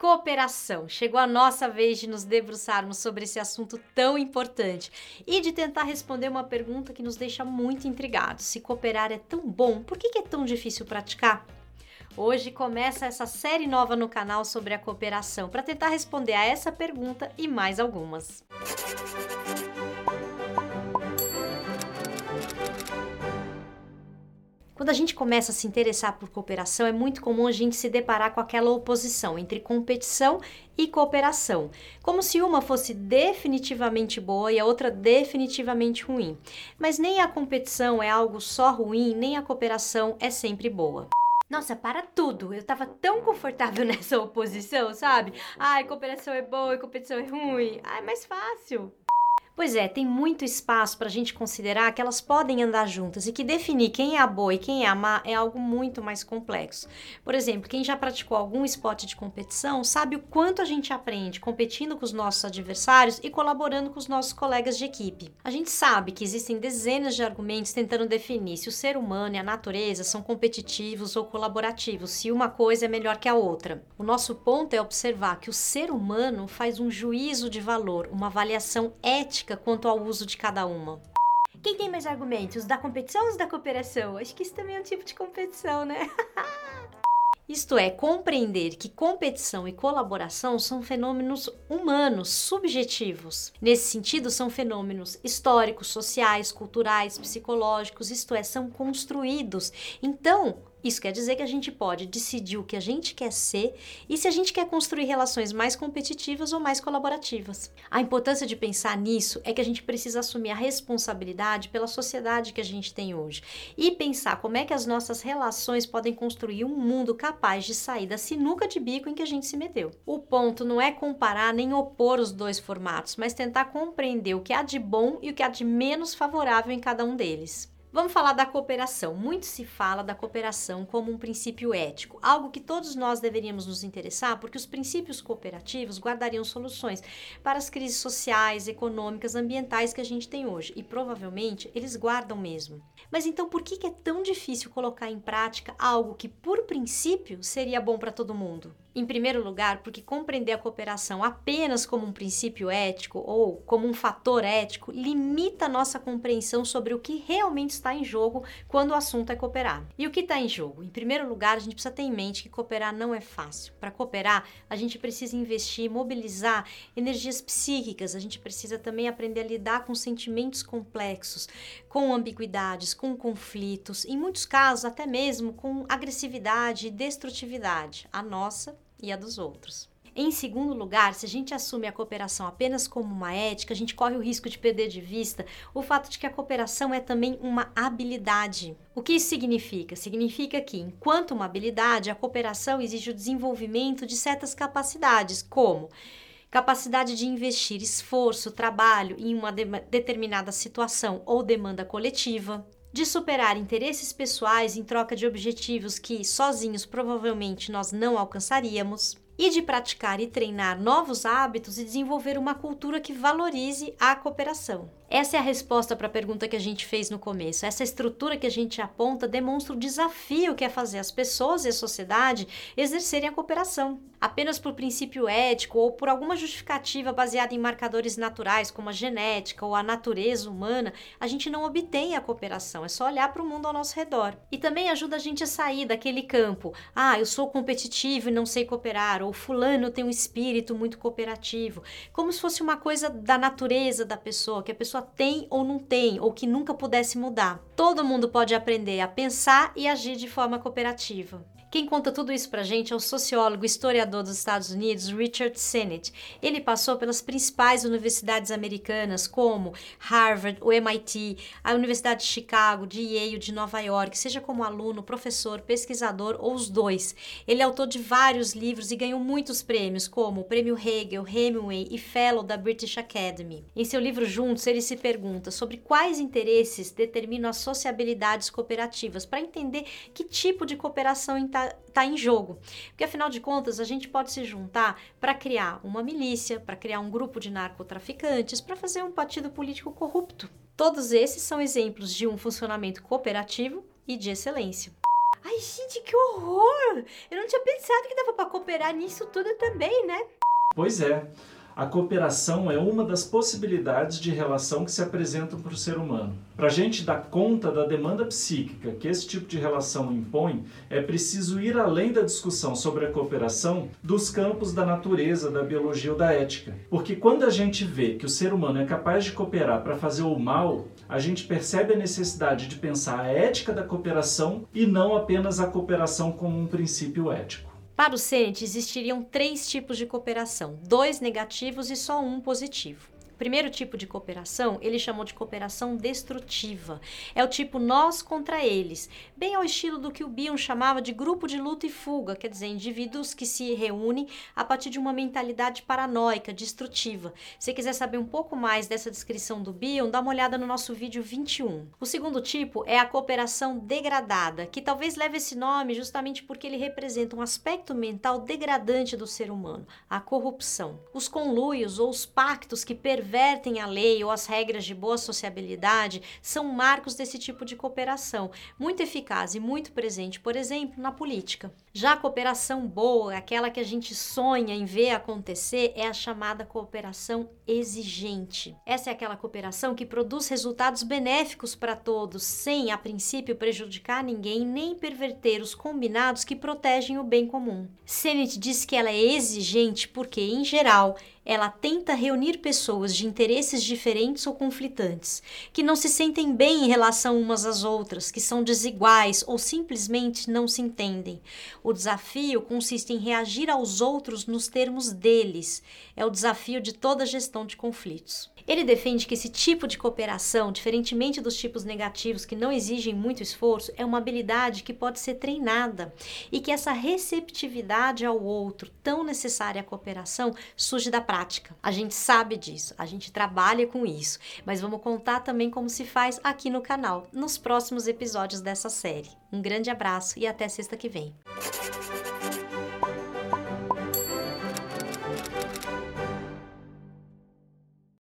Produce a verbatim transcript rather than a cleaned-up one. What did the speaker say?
Cooperação. Chegou a nossa vez de nos debruçarmos sobre esse assunto tão importante e de tentar responder uma pergunta que nos deixa muito intrigados. Se cooperar é tão bom, por que é tão difícil praticar? Hoje começa essa série nova no canal sobre a cooperação para tentar responder a essa pergunta e mais algumas. Quando a gente começa a se interessar por cooperação, é muito comum a gente se deparar com aquela oposição entre competição e cooperação, como se uma fosse definitivamente boa e a outra definitivamente ruim. Mas nem a competição é algo só ruim, nem a cooperação é sempre boa. Nossa, para tudo! Eu tava tão confortável nessa oposição, sabe? Ai, cooperação é boa e competição é ruim. Ai, mais fácil! Pois é, tem muito espaço para a gente considerar que elas podem andar juntas e que definir quem é a boa e quem é a má é algo muito mais complexo. Por exemplo, quem já praticou algum esporte de competição sabe o quanto a gente aprende competindo com os nossos adversários e colaborando com os nossos colegas de equipe. A gente sabe que existem dezenas de argumentos tentando definir se o ser humano e a natureza são competitivos ou colaborativos, se uma coisa é melhor que a outra. O nosso ponto é observar que o ser humano faz um juízo de valor, uma avaliação ética quanto ao uso de cada uma. Quem tem mais argumentos? Os da competição ou os da cooperação? Acho que isso também é um tipo de competição, né? Isto é, compreender que competição e colaboração são fenômenos humanos, subjetivos. Nesse sentido, são fenômenos históricos, sociais, culturais, psicológicos, isto é, são construídos. Então, isso quer dizer que a gente pode decidir o que a gente quer ser e se a gente quer construir relações mais competitivas ou mais colaborativas. A importância de pensar nisso é que a gente precisa assumir a responsabilidade pela sociedade que a gente tem hoje e pensar como é que as nossas relações podem construir um mundo capaz de sair da sinuca de bico em que a gente se meteu. O ponto não é comparar nem opor os dois formatos, mas tentar compreender o que há de bom e o que há de menos favorável em cada um deles. Vamos falar da cooperação. Muito se fala da cooperação como um princípio ético, algo que todos nós deveríamos nos interessar, porque os princípios cooperativos guardariam soluções para as crises sociais, econômicas, ambientais que a gente tem hoje, e provavelmente eles guardam mesmo. Mas então por que é tão difícil colocar em prática algo que, por princípio, seria bom para todo mundo? Em primeiro lugar, porque compreender a cooperação apenas como um princípio ético ou como um fator ético limita a nossa compreensão sobre o que realmente está em jogo quando o assunto é cooperar. E o que está em jogo? Em primeiro lugar, a gente precisa ter em mente que cooperar não é fácil. Para cooperar, a gente precisa investir, mobilizar energias psíquicas, a gente precisa também aprender a lidar com sentimentos complexos, com ambiguidades, com conflitos, em muitos casos até mesmo com agressividade e destrutividade, a nossa e a dos outros. Em segundo lugar, se a gente assume a cooperação apenas como uma ética, a gente corre o risco de perder de vista o fato de que a cooperação é também uma habilidade. O que isso significa? Significa que, enquanto uma habilidade, a cooperação exige o desenvolvimento de certas capacidades, como capacidade de investir esforço, trabalho em uma de- determinada situação ou demanda coletiva, de superar interesses pessoais em troca de objetivos que, sozinhos, provavelmente nós não alcançaríamos, e de praticar e treinar novos hábitos e desenvolver uma cultura que valorize a cooperação. Essa é a resposta para a pergunta que a gente fez no começo. Essa estrutura que a gente aponta demonstra o desafio que é fazer as pessoas e a sociedade exercerem a cooperação. Apenas por princípio ético ou por alguma justificativa baseada em marcadores naturais, como a genética ou a natureza humana, a gente não obtém a cooperação. É só olhar para o mundo ao nosso redor. E também ajuda a gente a sair daquele campo. Ah, eu sou competitivo e não sei cooperar. Ou fulano tem um espírito muito cooperativo. Como se fosse uma coisa da natureza da pessoa, que a pessoa tem ou não tem, ou que nunca pudesse mudar. Todo mundo pode aprender a pensar e agir de forma cooperativa. Quem conta tudo isso pra gente é o sociólogo e historiador dos Estados Unidos, Richard Sennett. Ele passou pelas principais universidades americanas, como Harvard, o M I T, a Universidade de Chicago, de Yale, de Nova York, seja como aluno, professor, pesquisador ou os dois. Ele é autor de vários livros e ganhou muitos prêmios, como o Prêmio Hegel, Hemingway e Fellow da British Academy. Em seu livro Juntos, ele se pergunta sobre quais interesses determinam as sociabilidades cooperativas, para entender que tipo de cooperação está tá em jogo. Porque, afinal de contas, a gente pode se juntar para criar uma milícia, para criar um grupo de narcotraficantes, para fazer um partido político corrupto. Todos esses são exemplos de um funcionamento cooperativo e de excelência. Ai, gente, que horror! Eu não tinha pensado que dava para cooperar nisso tudo também, né? Pois é. A cooperação é uma das possibilidades de relação que se apresentam para o ser humano. Para a gente dar conta da demanda psíquica que esse tipo de relação impõe, é preciso ir além da discussão sobre a cooperação dos campos da natureza, da biologia ou da ética. Porque quando a gente vê que o ser humano é capaz de cooperar para fazer o mal, a gente percebe a necessidade de pensar a ética da cooperação e não apenas a cooperação como um princípio ético. Para o Sennett, existiriam três tipos de cooperação, dois negativos e só um positivo. O primeiro tipo de cooperação, ele chamou de cooperação destrutiva. É o tipo nós contra eles, bem ao estilo do que o Bion chamava de grupo de luta e fuga, quer dizer, indivíduos que se reúnem a partir de uma mentalidade paranoica, destrutiva. Se quiser saber um pouco mais dessa descrição do Bion, dá uma olhada no nosso vídeo vinte e um. O segundo tipo é a cooperação degradada, que talvez leve esse nome justamente porque ele representa um aspecto mental degradante do ser humano, a corrupção. Os conluios ou os pactos que pervertem a lei ou as regras de boa sociabilidade são marcos desse tipo de cooperação, muito eficaz e muito presente, por exemplo, na política. Já a cooperação boa, aquela que a gente sonha em ver acontecer, é a chamada cooperação exigente. Essa é aquela cooperação que produz resultados benéficos para todos, sem, a princípio, prejudicar ninguém nem perverter os combinados que protegem o bem comum. Sennett diz que ela é exigente porque, em geral, ela tenta reunir pessoas de interesses diferentes ou conflitantes, que não se sentem bem em relação umas às outras, que são desiguais ou simplesmente não se entendem. O desafio consiste em reagir aos outros nos termos deles. É o desafio de toda gestão de conflitos. Ele defende que esse tipo de cooperação, diferentemente dos tipos negativos que não exigem muito esforço, é uma habilidade que pode ser treinada e que essa receptividade ao outro, tão necessária à cooperação, surge da prática. A gente sabe disso, a gente trabalha com isso, mas vamos contar também como se faz aqui no canal, nos próximos episódios dessa série. Um grande abraço e até sexta que vem.